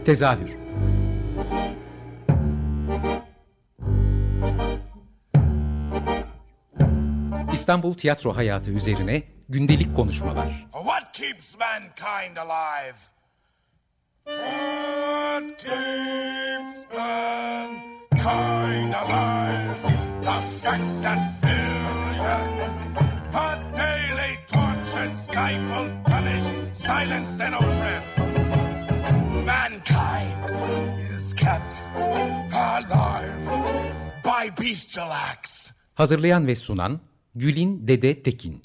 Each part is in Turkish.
Tezahür. İstanbul tiyatro hayatı üzerine gündelik konuşmalar. What keeps mankind alive? What keeps mankind alive? The fact that billions are daily tortured, stifled, punished, silenced and oppressed. Mankind is kept alive by bestial acts. Hazırlayan ve sunan Gülin Dede Tekin.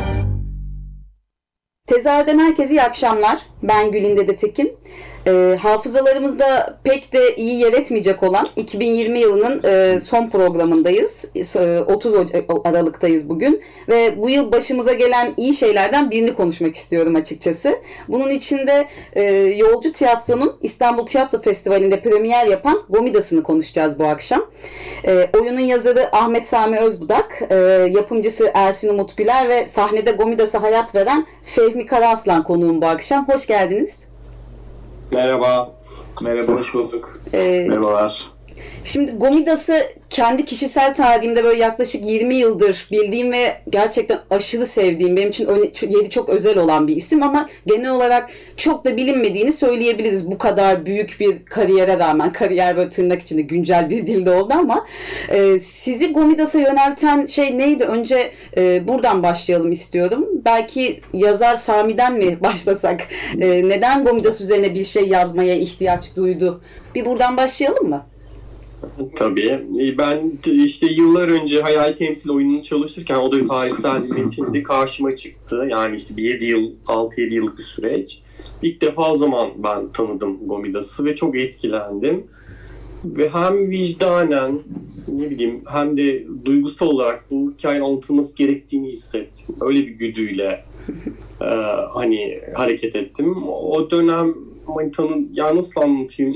Tezahürden herkese iyi akşamlar. Ben Gülin Dede Tekin. Hafızalarımızda pek de iyi yer etmeyecek olan 2020 yılının son programındayız. 30 Aralık'tayız bugün. Ve bu yıl başımıza gelen iyi şeylerden birini konuşmak istiyorum açıkçası. Bunun için de Yolcu Tiyatro'nun İstanbul Tiyatro Festivali'nde premier yapan Gomidas'ını konuşacağız bu akşam. Oyunun yazarı Ahmet Sami Özbudak, yapımcısı Ersin Umut Güler ve sahnede Gomidas'a hayat veren Fehmi Karaaslan konuğum bu akşam. Hoş geldiniz. Merhaba. Merhaba, hoş bulduk. Merhabalar. Şimdi Gomidas'ı kendi kişisel tarihimde böyle yaklaşık 20 yıldır bildiğim ve gerçekten aşırı sevdiğim, benim için yeri çok özel olan bir isim ama genel olarak çok da bilinmediğini söyleyebiliriz bu kadar büyük bir kariyere rağmen. Kariyer böyle tırnak içinde güncel bir dilde oldu ama sizi Gomidas'a yönelten şey neydi? Önce buradan başlayalım istiyorum. Belki yazar Sami'den mi başlasak? Neden Gomidas üzerine bir şey yazmaya ihtiyaç duydu? Bir buradan başlayalım mı? Tabii. Ben işte yıllar önce hayal temsil oyununu çalışırken o da bir tarihsel bir metindi karşıma çıktı. Yani işte bir 6-7 yıllık bir süreç. İlk defa o zaman ben tanıdım Gomidas'ı ve çok etkilendim. Ve hem vicdanen hem de duygusal olarak bu hikayenin anlatılması gerektiğini hissettim. Öyle bir güdüyle hareket ettim. O dönem nasıl anlatayım?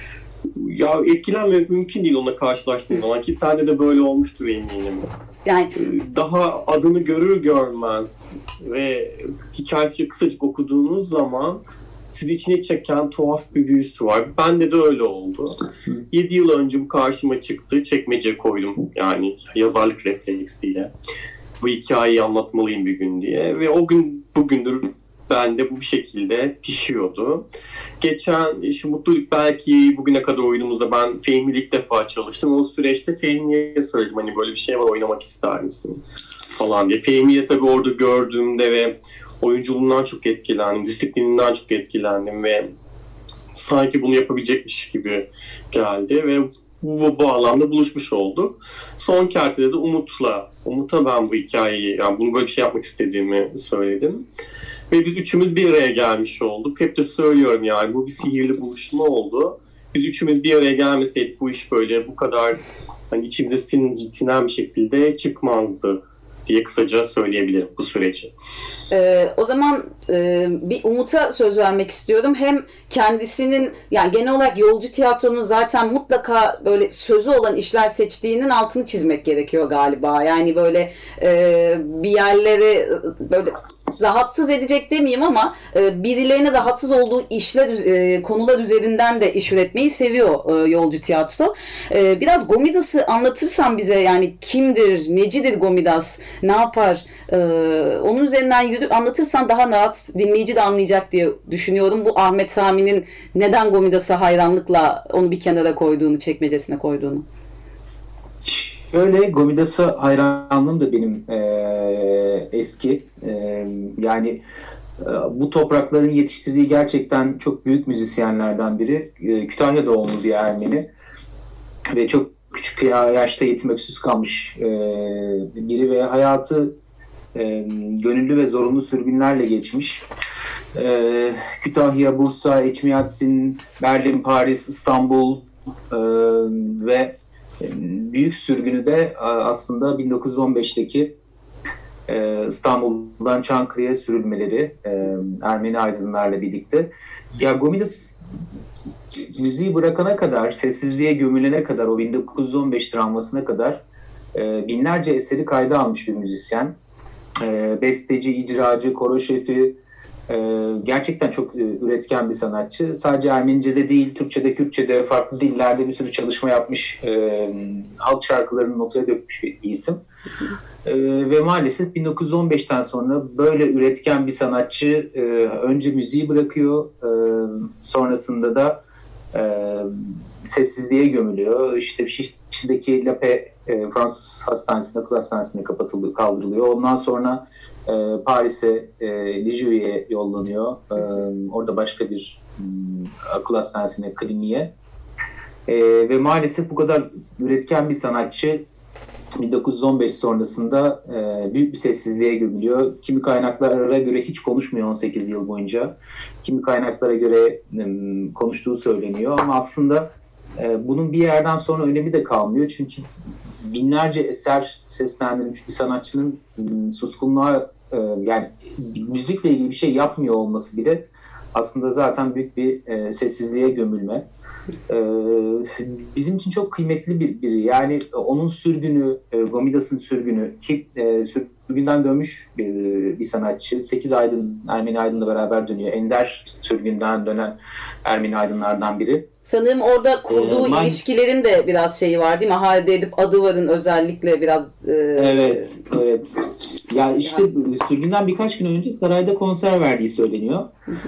Ya etkilenmemek mümkün değil onunla karşılaştığım zaman ki sende de böyle olmuştur eminim. Yani daha adını görür görmez ve hikayesi kısacık okuduğunuz zaman sizi içine çeken tuhaf bir büyüsü var. Bende de öyle oldu. 7 yıl önce bu karşıma çıktı. Çekmeceye koydum yani yazarlık refleksiyle. Bu hikayeyi anlatmalıyım bir gün diye ve o gün bugündür bende bu bir şekilde pişiyordu. Geçen mutluluk belki bugüne kadar oyunumuzda ben Fehmi'yle ilk defa çalıştım. O süreçte Fehmi'ye söyledim hani böyle bir şey var oynamak ister misin falan diye. Fehmi'yi tabii orada gördüğümde ve oyunculuğundan çok etkilendim, disiplininden çok etkilendim ve sanki bunu yapabilecekmiş gibi geldi ve bu alanda buluşmuş olduk. Son kertede de Umut'a ben bu hikayeyi, yani bunu böyle bir şey yapmak istediğimi söyledim. Ve biz üçümüz bir araya gelmiş olduk. Hep de söylüyorum yani bu bir sihirli buluşma oldu. Biz üçümüz bir araya gelmeseydik bu iş böyle bu kadar içimize sinen bir şekilde çıkmazdı diye kısaca söyleyebilirim bu süreci. O zaman bir Umut'a söz vermek istiyorum. Hem kendisinin yani genel olarak Yolcu Tiyatro'nun zaten mutlaka böyle sözü olan işler seçtiğinin altını çizmek gerekiyor galiba. Yani böyle bir yerleri böyle rahatsız edecek demeyeyim ama birilerine rahatsız olduğu işler, konular üzerinden de iş üretmeyi seviyor Yolcu Tiyatro. Biraz Gomidas'ı anlatırsan bize yani kimdir, necidir Gomidas, ne yapar? Onun üzerinden anlatırsan daha rahat dinleyici de anlayacak diye düşünüyorum. Bu Ahmet Sami'nin neden Gomidas'a hayranlıkla onu bir kenara koyduğunu, çekmecesine koyduğunu. Şöyle, Gomidas'a hayranlığım da benim eski. Yani bu toprakların yetiştirdiği gerçekten çok büyük müzisyenlerden biri. Kütahya doğumlu bir Ermeni ve çok küçük yaşta yetim öksüz kalmış biri ve hayatı gönüllü ve zorunlu sürgünlerle geçmiş. Kütahya, Bursa, Eçmiadzin, Berlin, Paris, İstanbul ve büyük sürgünü de aslında 1915'teki İstanbul'dan Çankırı'ya sürülmeleri Ermeni aydınlarla birlikte. Ya Gomidas müziği bırakana kadar, sessizliğe gömülene kadar, o 1915 travmasına kadar binlerce eseri kayda almış bir müzisyen. Besteci, icracı, koro şefi, Gerçekten çok üretken bir sanatçı. Sadece Ermenice'de değil, Türkçe'de, Kürtçe'de, farklı dillerde bir sürü çalışma yapmış. Halk şarkılarını notaya dökmüş bir isim. Ve maalesef 1915'ten sonra böyle üretken bir sanatçı önce müziği bırakıyor, sonrasında da sessizliğe gömülüyor. İşte Şişli'deki La Paix Fransız hastanesine, akıl hastanesine kaldırılıyor. Ondan sonra Paris'e, Lisieux'e yollanıyor. Orada başka bir akıl hastanesine, kliniğe. Ve maalesef bu kadar üretken bir sanatçı 1915 sonrasında büyük bir sessizliğe gömülüyor. Kimi kaynaklara göre hiç konuşmuyor 18 yıl boyunca. Kimi kaynaklara göre konuştuğu söyleniyor. Ama aslında bunun bir yerden sonra önemi de kalmıyor. Çünkü binlerce eser seslendirilmiş bir sanatçının suskunluğa, yani müzikle ilgili bir şey yapmıyor olması bile aslında zaten büyük bir sessizliğe gömülme. Bizim için çok kıymetli biri. Yani onun sürgünü, Gomidas'ın sürgünü, ki sürgünden dönmüş bir sanatçı. 8 aydın, Ermeni aydınla beraber dönüyor. Ender sürgünden dönen Ermeni aydınlardan biri. Sanırım orada kurduğu ilişkilerin de biraz şeyi var değil mi? Halide Edip Adıvar'ın özellikle biraz... Evet. Ya işte sürgünden birkaç gün önce sarayda konser verdiği söyleniyor.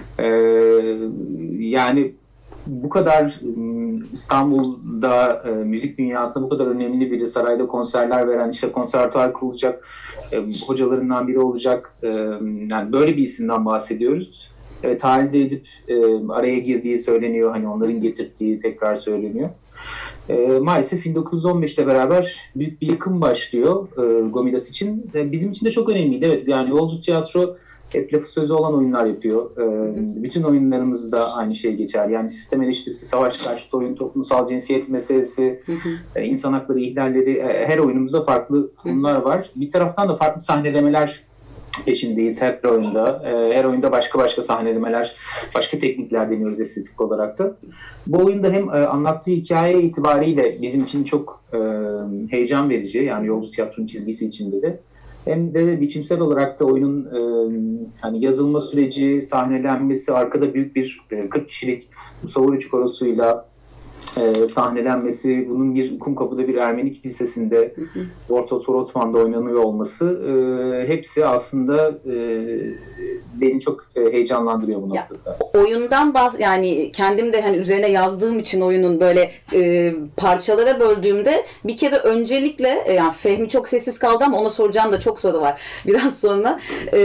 Yani bu kadar İstanbul'da müzik dünyasında bu kadar önemli biri, sarayda konserler veren, işte konservatuar kurulacak, hocalarından biri olacak. Yani böyle bir isimden bahsediyoruz. Halide Edip araya girdiği söyleniyor. Hani onların getirdiği tekrar söyleniyor. Maalesef 1915'te beraber büyük bir yıkım başlıyor Gomidas için. Bizim için de çok önemliydi. Evet, yani Yolcu Tiyatro hep lafı sözü olan oyunlar yapıyor. Bütün oyunlarımızda aynı şey geçer. Yani sistem eleştirisi, savaş karşıtı oyun, toplumsal cinsiyet meselesi, insan hakları ihlalleri, her oyunumuzda farklı konular var. Bir taraftan da farklı sahnelemeler peşindeyiz her oyunda. Her oyunda başka sahnelemeler, başka teknikler deniyoruz estetik olarak da. Bu oyunda hem anlattığı hikaye itibariyle bizim için çok heyecan verici, yani Yolcu Tiyatro'nun çizgisi içinde de, hem de biçimsel olarak da oyunun hani yazılma süreci, sahnelenmesi, arkada büyük bir 40 kişilik Musavuruç korosuyla sahnelenmesi, bunun bir Kumkapı'da bir Ermeni kilisesinde, Orta Sorotman'da oynanıyor olması, hepsi aslında beni çok heyecanlandırıyor bu noktada. Oyundan yani kendim de hani üzerine yazdığım için oyunun böyle parçalara böldüğümde bir kere öncelikle yani Fehmi çok sessiz kaldı ama ona soracağım da çok soru var biraz sonra.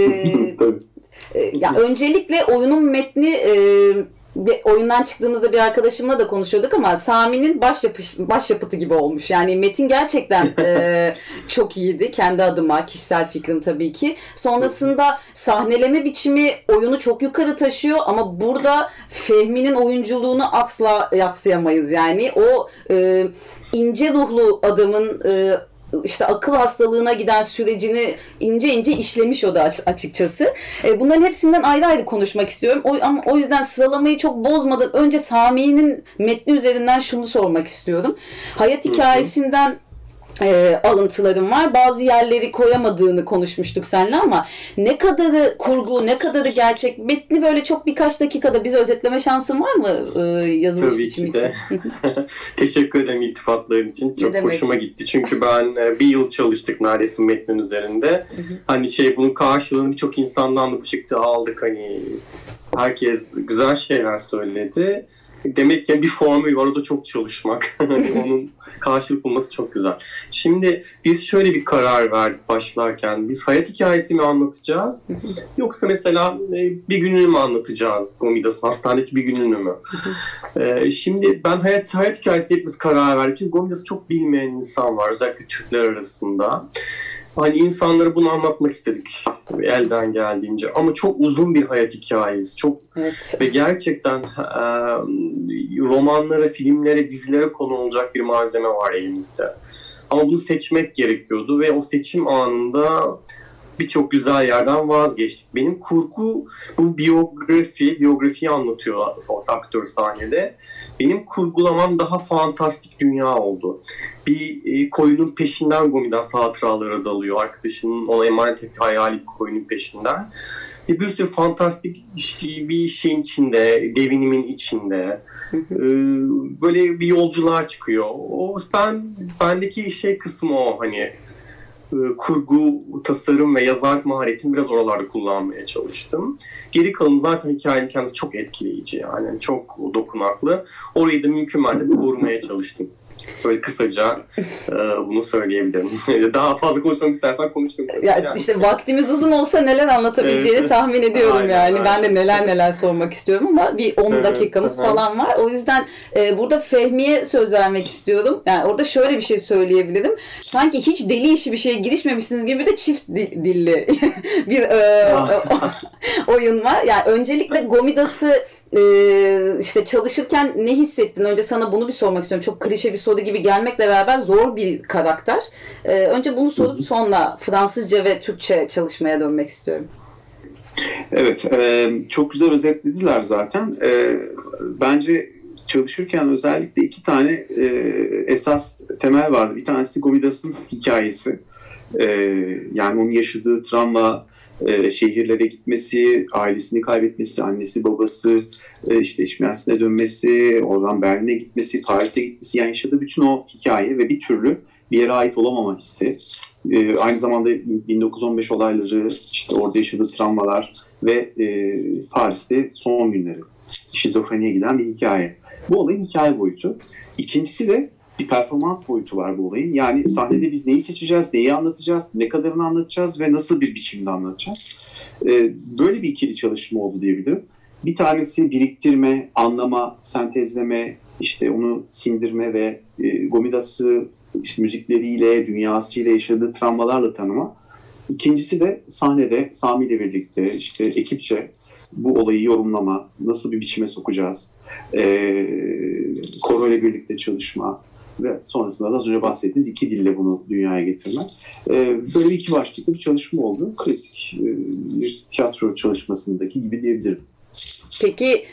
Ya öncelikle oyunun metni oyundan çıktığımızda bir arkadaşımla da konuşuyorduk ama Sami'nin başyapıtı gibi olmuş. Yani metin gerçekten çok iyiydi. Kendi adıma, kişisel fikrim tabii ki. Sonrasında sahneleme biçimi oyunu çok yukarı taşıyor ama burada Fehmi'nin oyunculuğunu asla yadsıyamayız. Yani o ince ruhlu adamın işte akıl hastalığına giden sürecini ince ince işlemiş o da açıkçası. Bunların hepsinden ayrı ayrı konuşmak istiyorum. Ama o yüzden sıralamayı çok bozmadan önce Sami'nin metni üzerinden şunu sormak istiyorum. Hayat hikayesinden alıntılarım var. Bazı yerleri koyamadığını konuşmuştuk seninle ama ne kadarı kurgu, ne kadarı gerçek, metni böyle çok birkaç dakikada bize özetleme şansın var mı yazılış Tabii ki de. Teşekkür ederim iltifatların için. Çok hoşuma gitti. Çünkü ben bir yıl çalıştık neredeyse metnin üzerinde. Hani bunun karşılığını birçok insandan da bu şekilde aldık. Hani herkes güzel şeyler söyledi. Demek ki bir formül var, o da çok çalışmak. Onun karşılık bulması çok güzel. Şimdi biz şöyle bir karar verdik başlarken. Biz hayat hikayesi mi anlatacağız? Yoksa mesela bir gününü mü anlatacağız? Gomidas'ın hastanedeki bir gününü mü? Şimdi ben hayat hikayesi hepimiz karar verdik. Çünkü Gomidas'ı çok bilmeyen insan var. Özellikle Türkler arasında. Hani insanlara bunu anlatmak istedik elden geldiğince. Ama çok uzun bir hayat hikayesi. Çok ve gerçekten romanlara, filmlere, dizilere konu olacak bir malzeme var elimizde. Ama bunu seçmek gerekiyordu ve o seçim anında birçok güzel yerden vazgeçtik. Benim kurgu, bu biyografiyi anlatıyor aktör sahnede. Benim kurgulamam daha fantastik dünya oldu. Bir koyunun peşinden Gomidas hatıralara dalıyor. Arkadaşının ona emanet ettiği hayali koyunun peşinden. Bir sürü fantastik bir şeyin içinde, devinimin içinde. Böyle bir yolculuğa çıkıyor. Bendeki kısmı o, hani kurgu, tasarım ve yazar maharetimi biraz oralarda kullanmaya çalıştım. Geri kalanı zaten hikayenin kendisi çok etkileyici, yani çok dokunaklı. Orayı da mümkün mertebe korumaya çalıştım. Böyle kısaca bunu söyleyebilirim. Daha fazla konuşmak istersen konuştum. Ya işte vaktimiz uzun olsa neler anlatabileceğini tahmin ediyorum. Aynen. Ben de neler sormak istiyorum ama bir 10 dakikamız falan var. O yüzden burada Fehmi'ye söz vermek istiyorum. Yani orada şöyle bir şey söyleyebilirim. Sanki hiç deli işi bir şeye girişmemişsiniz gibi de çift dilli bir oyun var. Yani öncelikle Gomidas'ı işte çalışırken ne hissettin? Önce sana bunu bir sormak istiyorum. Çok klişe bir soru gibi gelmekle beraber zor bir karakter. Önce bunu sorup sonra Fransızca ve Türkçe çalışmaya dönmek istiyorum. Evet, çok güzel özetlediler zaten. Bence çalışırken özellikle 2 tane esas temel vardı. Bir tanesi Gomidas'ın hikayesi. Yani onun yaşadığı travma, şehirlere gitmesi, ailesini kaybetmesi, annesi babası, işte eşmiyasına dönmesi, oradan Berlin'e gitmesi, Paris'e gitmesi, yani yaşadığı bütün o hikaye ve bir türlü bir yere ait olamama hissi. Aynı zamanda 1915 olayları, işte orada yaşadığı travmalar ve Paris'te son günleri, şizofreniye giden bir hikaye. Bu olayın hikaye boyutu. İkincisi de bir performans boyutu var bu olayın. Yani sahnede biz neyi seçeceğiz, neyi anlatacağız, ne kadarını anlatacağız ve nasıl bir biçimde anlatacağız. Böyle bir ikili çalışma oldu diyebilirim. Bir tanesi biriktirme, anlama, sentezleme, işte onu sindirme ve Gomidas'ı işte müzikleriyle, dünyasıyla, yaşadığı travmalarla tanıma. İkincisi de sahnede Sami ile birlikte işte ekipçe bu olayı yorumlama, nasıl bir biçime sokacağız, koro ile birlikte çalışma ve sonrasında da az önce bahsettiğiniz 2 dille bunu dünyaya getirme. Böyle 2 başlıklı bir çalışma oldu. Klasik bir tiyatro çalışmasındaki gibi diyebilirim. Peki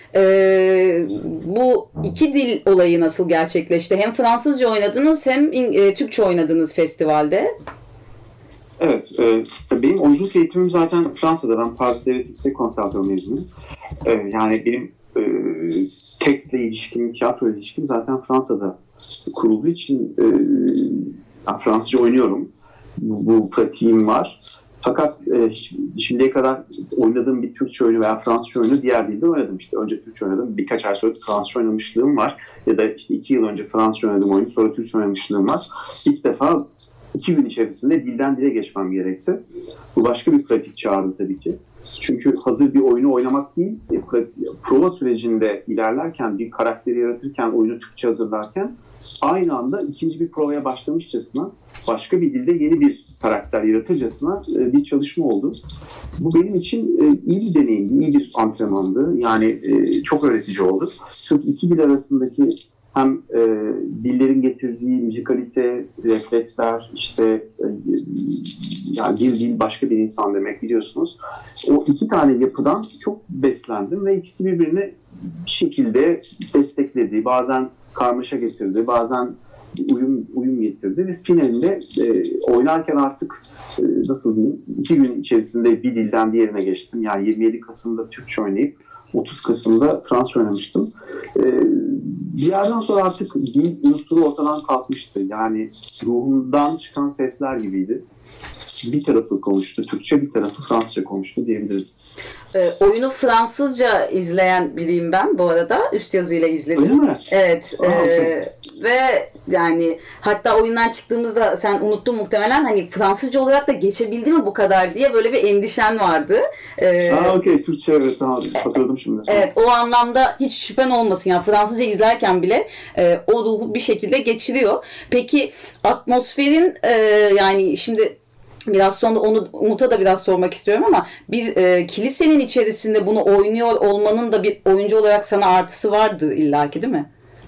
bu 2 dil olayı nasıl gerçekleşti? Hem Fransızca oynadınız hem Türkçe oynadınız festivalde. Evet, benim oyunculuk eğitimim zaten Fransa'da. Ben Paris Devlet Yüksek Konservatuvarı mezunuyum. Yani benim tekstle ilişkim, tiyatro ilişkim zaten Fransa'da kurulduğu için Fransızca oynuyorum. Bu pratiğim var. Fakat şimdiye kadar oynadığım bir Türkçe oyunu veya Fransızca oyunu diğer dilde oynadım. İşte önce Türkçe oynadım, birkaç ay sonra Fransızca oynamışlığım var. Ya da işte 2 yıl önce Fransızca oynadığım oyunu sonra Türkçe oynamışlığım var. İlk defa 2 gün içerisinde dilden dile geçmem gerekti. Bu başka bir pratik çağırdı tabii ki. Çünkü hazır bir oyunu oynamak değil, prova sürecinde ilerlerken, bir karakteri yaratırken, oyunu Türkçe hazırlarken aynı anda ikinci bir provaya başlamışçasına, başka bir dilde yeni bir karakter yaratırcasına bir çalışma oldu. Bu benim için iyi bir deneyimdi, iyi bir antrenmandı. Yani çok öğretici oldu. Çünkü 2 dil arasındaki hem dillerin getirdiği müzikalite, refleksler, işte yani bir dil başka bir insan demek biliyorsunuz. O 2 tane yapıdan çok beslendim ve ikisi birbirine bir şekilde destekledi. Bazen karmaşa getirdi, bazen uyum getirdi ve finalinde oynarken artık nasıl diyeyim 2 gün içerisinde bir dilden diğerine geçtim. Yani 27 Kasım'da Türkçe oynayıp 30 Kasım'da Fransız oynamıştım. Bir yerden sonra artık dil unsuru ortadan kalkmıştı. Yani ruhumdan çıkan sesler gibiydi. Bir tarafı konuştu Türkçe, bir tarafı Fransızca konuştu diyebilirim. Oyunu Fransızca izleyen biriyim ben bu arada. Üst yazıyla izledim. Öyle mi? Evet. Okay. Ve yani hatta oyundan çıktığımızda sen unuttun muhtemelen, hani Fransızca olarak da geçebildi mi bu kadar diye böyle bir endişen vardı. Okey. Türkçe, evet, tamam. Hatırladım şimdi. Evet, o anlamda hiç şüphen olmasın. Yani Fransızca izlerken bile o ruhu bir şekilde geçiriyor. Peki atmosferin yani şimdi biraz sonra onu Umut'a da biraz sormak istiyorum ama bir kilisenin içerisinde bunu oynuyor olmanın da bir oyuncu olarak sana artısı vardı illaki, değil mi?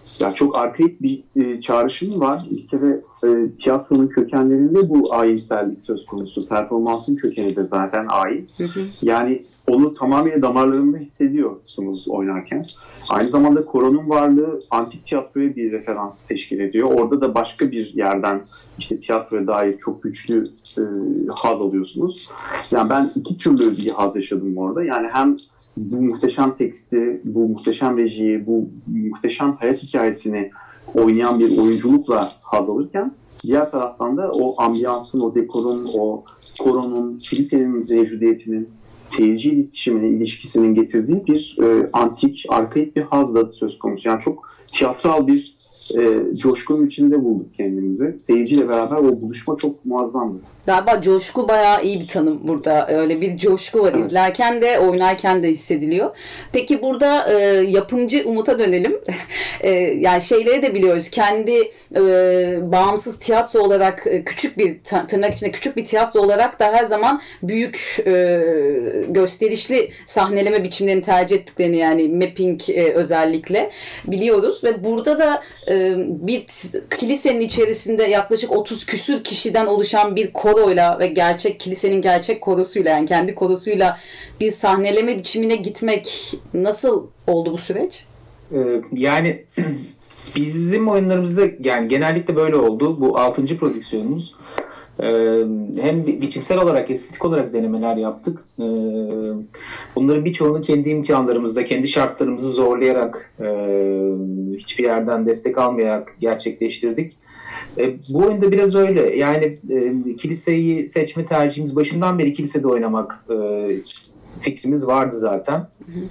Ya çok arkaik bir çağrışım var. Bir kere tiyatronun kökenlerinde bu ayinsellik söz konusu. Performansın kökeni de zaten ayin. Yani onu tamamen damarlarında hissediyorsunuz oynarken. Aynı zamanda koronun varlığı antik tiyatroya bir referans teşkil ediyor. Orada da başka bir yerden işte tiyatroya dair çok güçlü haz alıyorsunuz. Yani ben iki türlü bir haz yaşadım orada. Yani hem bu muhteşem teksti, bu muhteşem rejiyi, bu muhteşem hayat hikayesini oynayan bir oyunculukla haz alırken diğer taraftan da o ambiyansın, o dekorun, o koronun, kilisenin mevcudiyetinin, seyirci iletişiminin, ilişkisinin getirdiği bir antik, arkaik bir haz da söz konusu. Yani çok tiyatral bir coşkunun içinde bulduk kendimizi. Seyirciyle beraber o buluşma çok muazzamdı. Galiba coşku bayağı iyi bir tanım burada. Öyle bir coşku var. Evet. İzlerken de oynarken de hissediliyor. Peki burada yapımcı Umut'a dönelim. Yani şeyleri de biliyoruz. Kendi bağımsız tiyatro olarak küçük bir tırnak içinde küçük bir tiyatro olarak da her zaman büyük gösterişli sahneleme biçimlerini tercih ettiklerini, yani mapping özellikle biliyoruz ve burada da bir kilisenin içerisinde yaklaşık 30 küsür kişiden oluşan bir koroyla ve kilisenin gerçek korosuyla, yani kendi korosuyla bir sahneleme biçimine gitmek nasıl oldu bu süreç? Yani bizim oyunlarımızda yani genellikle böyle oldu. Bu 6. prodüksiyonumuz. Hem biçimsel olarak, estetik olarak denemeler yaptık. Bunların birçoğunu kendi imkanlarımızda, kendi şartlarımızı zorlayarak, hiçbir yerden destek almayarak gerçekleştirdik. Bu oyunda biraz öyle. Yani kiliseyi seçme tercihimiz, başından beri kilisede oynamak fikrimiz vardı zaten.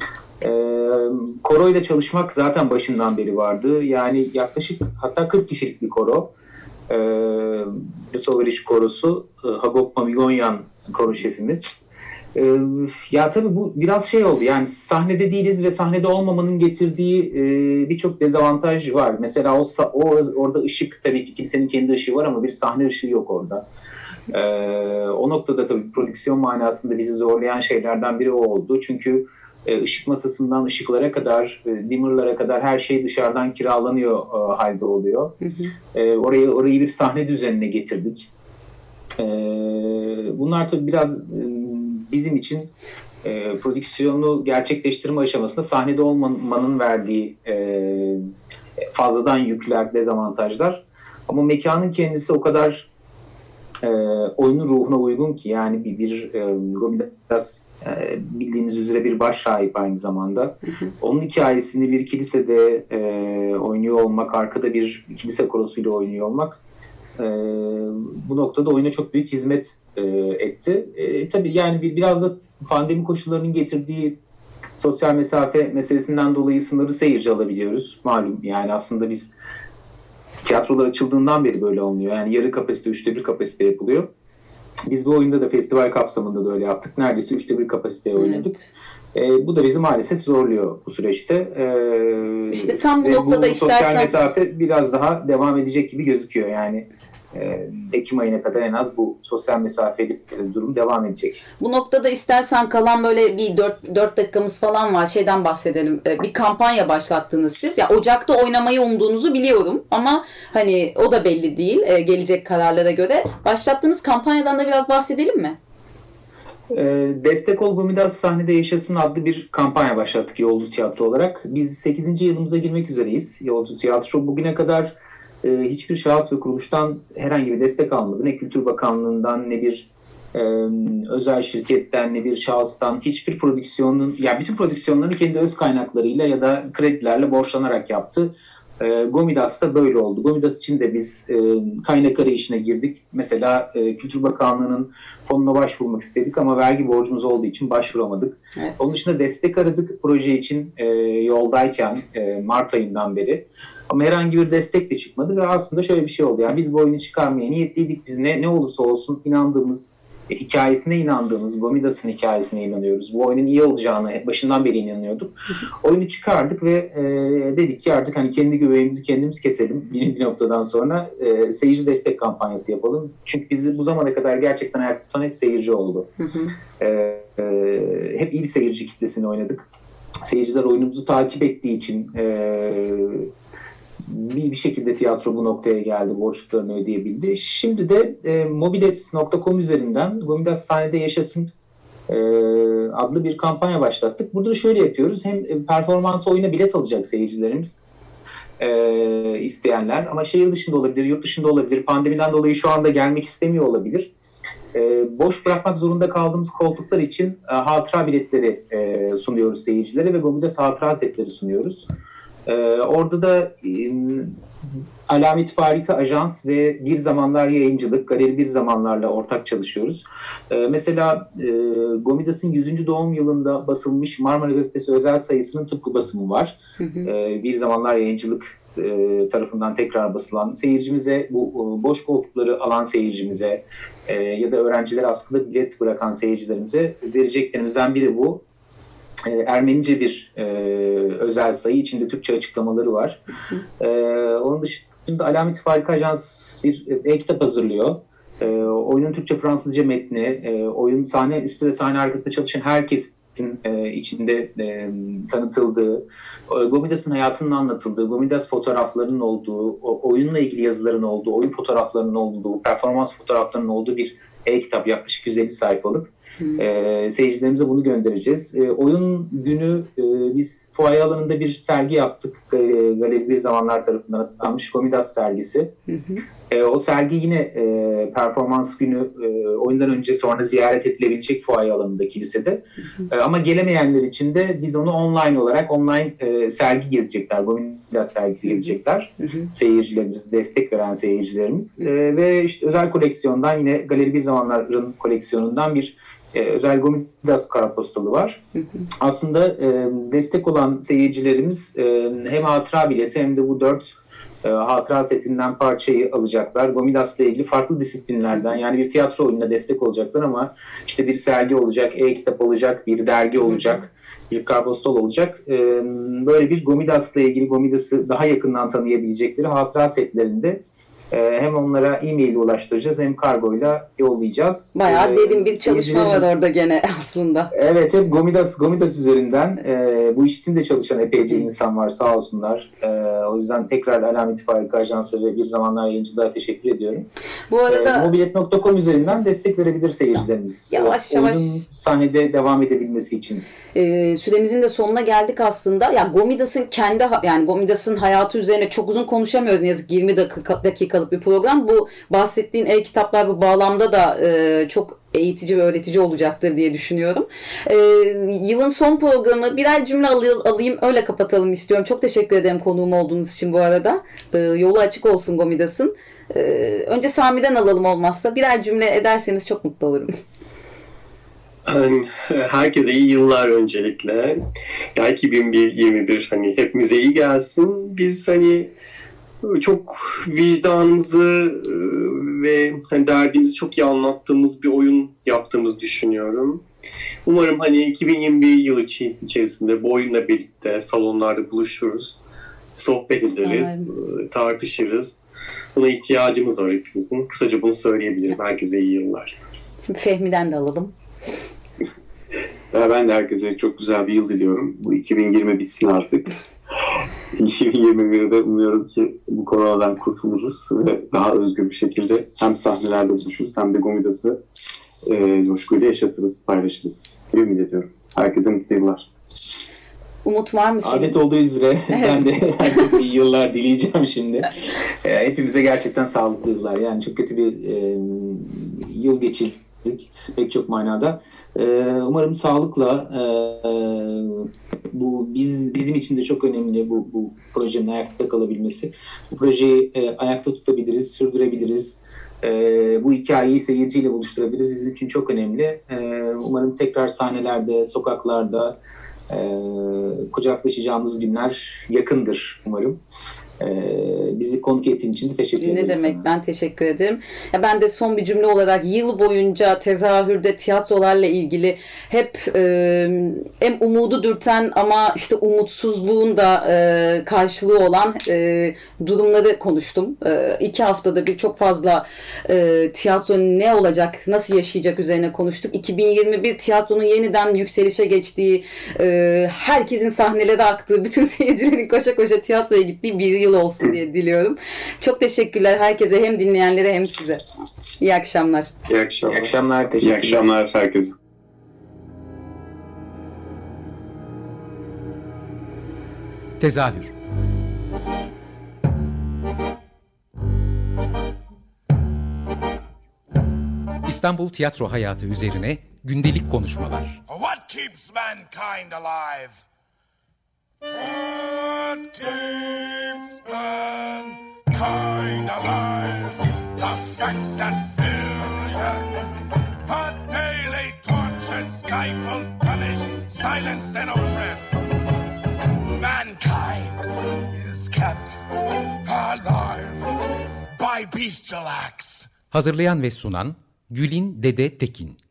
Koro ile çalışmak zaten başından beri vardı. Yani yaklaşık hatta 40 kişilik bir koro. Lüsoveriş korosu, Hagop Mamigonyan koro şefimiz. Ya tabii bu biraz şey oldu. Yani sahnede değiliz ve sahnede olmamanın getirdiği birçok dezavantaj var. Mesela orada ışık, tabii ki kilisenin kendi ışığı var ama bir sahne ışığı yok orada. O noktada tabii prodüksiyon manasında bizi zorlayan şeylerden biri o oldu. Çünkü ışık masasından ışıklara kadar, dimmerlara kadar her şey dışarıdan kiralanıyor halde oluyor. Orayı bir sahne düzenine getirdik. Bunlar tabii biraz bizim için prodüksiyonu gerçekleştirme aşamasında sahnede olmanın verdiği fazladan yükler, dezavantajlar. Ama mekanın kendisi o kadar oyunun ruhuna uygun ki, yani bir Gomidas bildiğiniz üzere bir baş şahip aynı zamanda. Onun hikayesini bir kilisede oynuyor olmak, arkada bir kilise korosuyla oynuyor olmak bu noktada oyuna çok büyük hizmet etti. Tabii yani biraz da pandemi koşullarının getirdiği sosyal mesafe meselesinden dolayı sınırlı seyirci alabiliyoruz. Malum yani aslında biz tiyatrolar açıldığından beri böyle olmuyor. Yani yarı kapasite, 1/3 kapasite yapılıyor. Biz bu oyunda da festival kapsamında da öyle yaptık. Neredeyse 1/3 kapasiteye oynadık. Bu da bizi maalesef zorluyor bu süreçte. İşte tam bu noktada istersen... Sosyal mesafe biraz daha devam edecek gibi gözüküyor. Yani Ekim ayına kadar en az bu sosyal mesafeli durum devam edecek. Bu noktada istersen kalan böyle bir 4 dakikamız falan var. Şeyden bahsedelim. Bir kampanya başlattınız siz. Ya Ocak'ta oynamayı umduğunuzu biliyorum ama hani o da belli değil gelecek kararlara göre. Başlattığınız kampanyadan da biraz bahsedelim mi? Destek Ol Gomidas Sahnede Yaşasın adlı bir kampanya başlattık Yolcu Tiyatro olarak. Biz 8. yılımıza girmek üzereyiz. Yolcu Tiyatro bugüne kadar hiçbir şahıs ve kuruluştan herhangi bir destek almadı. Ne Kültür Bakanlığı'ndan, ne bir özel şirketten, ne bir şahıstan, hiçbir prodüksiyonun, yani bütün prodüksiyonlarını kendi öz kaynaklarıyla ya da kredilerle borçlanarak yaptı. Gomidas da böyle oldu. Gomidas için de biz kaynak arayışına girdik. Mesela Kültür Bakanlığı'nın fonuna başvurmak istedik ama vergi borcumuz olduğu için başvuramadık. Evet. Onun dışında destek aradık proje için yoldayken Mart ayından beri. Ama herhangi bir destek de çıkmadı ve aslında şöyle bir şey oldu. Yani biz bu oyunu çıkarmaya niyetliydik. Biz ne olursa olsun inandığımız, hikayesine inandığımız, Gomidas'ın hikayesine inanıyoruz. Bu oyunun iyi olacağını başından beri inanıyorduk. Oyunu çıkardık ve dedik ki artık hani kendi göbeğimizi kendimiz keselim bir noktadan sonra seyirci destek kampanyası yapalım. Çünkü bizi bu zamana kadar gerçekten ayakta tutan hep seyirci oldu. Hep iyi bir seyirci kitlesini oynadık. Seyirciler oyunumuzu takip ettiği için bir şekilde tiyatro bu noktaya geldi, borçlarını ödeyebildi. Şimdi de mobilet.com üzerinden Gomidas Sahnede Yaşasın adlı bir kampanya başlattık. Burada da şöyle yapıyoruz. Hem performans oyuna bilet alacak seyircilerimiz, isteyenler, ama şehir dışında olabilir, yurt dışında olabilir, pandemiden dolayı şu anda gelmek istemiyor olabilir. Boş bırakmak zorunda kaldığımız koltuklar için hatıra biletleri sunuyoruz seyircilere ve Gomidas hatıra setleri sunuyoruz. Orada da Alamet Farika Ajans ve Bir Zamanlar Yayıncılık, Galeri Bir Zamanlar'la ortak çalışıyoruz. Mesela Gomidas'ın 100. doğum yılında basılmış Marmara Gazetesi özel sayısının tıpkı basımı var. Bir Zamanlar Yayıncılık tarafından tekrar basılan, seyircimize, bu boş koltukları alan seyircimize ya da öğrenciler askıda bilet bırakan seyircilerimize vereceklerimizden biri bu. Ermenice bir özel sayı, içinde Türkçe açıklamaları var. Onun dışında Alamet Farika Ajans bir e-kitap hazırlıyor. Oyunun Türkçe-Fransızca metni, oyun sahne üstü ve sahne arkasında çalışan herkesin içinde tanıtıldığı, Gomidas'ın hayatının anlatıldığı, Gomidas fotoğraflarının olduğu, oyunla ilgili yazıların olduğu, oyun fotoğraflarının olduğu, performans fotoğraflarının olduğu bir e-kitap, yaklaşık 150 sayfalık. Seyircilerimize bunu göndereceğiz. Oyun günü biz fuaye alanında bir sergi yaptık. Galeri Bir Zamanlar tarafından hazırlanmış Gomidas sergisi. O sergi yine performans günü oyundan önce sonra ziyaret edilebilecek fuaye alanında, kilisede. Ama gelemeyenler için de biz onu online sergi gezecekler. Gomidas sergisi gezecekler. Seyircilerimiz, destek veren seyircilerimiz. Ve işte özel koleksiyondan, yine Galeri Bir Zamanlar'ın koleksiyonundan bir özel Gomidas kartpostalı var. Aslında destek olan seyircilerimiz hem hatıra bileti hem de bu 4 hatıra setinden parçayı alacaklar. Gomidas'la ilgili farklı disiplinlerden, yani bir tiyatro oyununa destek olacaklar ama işte bir sergi olacak, e-kitap olacak, bir dergi olacak, bir kartpostal olacak. Böyle bir Gomidas'la ilgili, Gomidas'ı daha yakından tanıyabilecekleri hatıra setlerinde hem onlara e-mail ulaştıracağız hem kargoyla yollayacağız. Bayağı derin bir çalışma var orada gene aslında. Evet, hep Gomidas üzerinden bu iş için de çalışan epeyce insan var, sağ olsunlar. O yüzden tekrar Alamet Farika Ajansı ve Bir Zamanlar Yayıncılığa teşekkür ediyorum. Bu arada mobilet.com üzerinden destek verebilir seyircilerimiz. Yavaş oyunun sahnede devam edebilmesi için. Süremizin de sonuna geldik aslında. Ya Gomidas'ın Gomidas'ın hayatı üzerine çok uzun konuşamıyoruz. Ne yazık ki 20 dakikalık bir program. Bu bahsettiğin e-kitaplar bu bağlamda da çok eğitici ve öğretici olacaktır diye düşünüyorum. Yılın son programı, birer cümle alayım, öyle kapatalım istiyorum. Çok teşekkür ederim konuğum olduğunuz için bu arada. Yolu açık olsun Gomidas'ın. Önce Sami'den alalım olmazsa. Birer cümle ederseniz çok mutlu olurum. Herkese iyi yıllar öncelikle. Ya 2021 hani hepimize iyi gelsin. Biz hani çok vicdanımızı ve hani derdimizi çok iyi anlattığımız bir oyun yaptığımızı düşünüyorum. Umarım hani 2021 yılı içerisinde bu oyunla birlikte salonlarda buluşuruz. Sohbet ederiz, tartışırız. Buna ihtiyacımız var hepimizin. Kısaca bunu söyleyebilirim. Herkese iyi yıllar. Fehmi'den de alalım. Ben de herkese çok güzel bir yıl diliyorum. Bu 2020 bitsin artık. 2021'de umuyorum ki bu koronadan kurtuluruz ve daha özgür bir şekilde hem sahnelerde buluşuruz hem de Gomidas'ı coşkuyla yaşatırız, paylaşırız. Ümit ediyorum. Herkese mutlu yıllar. Umut var mı senin? Adet olduğu üzere ben de herkese iyi yıllar dileyeceğim şimdi. Hepimize gerçekten sağlıklı yıllar. Yani çok kötü bir yıl geçirdik pek çok manada. Umarım sağlıkla bu bizim için de çok önemli bu projenin ayakta kalabilmesi. Bu projeyi ayakta tutabiliriz, sürdürebiliriz. Bu hikayeyi seyirciyle buluşturabiliriz. Bizim için çok önemli. Umarım tekrar sahnelerde, sokaklarda kucaklaşacağımız günler yakındır umarım. Bizi konuk ettiğin için de teşekkür ederim. Ne demek, ben teşekkür ederim. Ben de son bir cümle olarak yıl boyunca tezahürde tiyatrolarla ilgili hep hem umudu dürten ama işte umutsuzluğun da karşılığı olan durumları konuştum. 2 haftada bir çok fazla tiyatro ne olacak, nasıl yaşayacak üzerine konuştuk. 2021 tiyatronun yeniden yükselişe geçtiği, herkesin sahnelere aktığı, bütün seyircilerin koşa koşa tiyatroya gittiği bir yıl olsun diye diliyorum. Çok teşekkürler herkese, hem dinleyenlere hem size. İyi akşamlar. İyi akşamlar. İyi akşamlar. İyi Teşekkürler. akşamlar herkese. Tezahür. İstanbul tiyatro hayatı üzerine gündelik konuşmalar. What keeps mankind alive? What keeps mankind alive? The fact that billions are daily tortured, stifled, punished, silenced, and oppressed. Mankind is kept alive by bestial acts. Hazırlayan ve sunan Gülin Dede Tekin.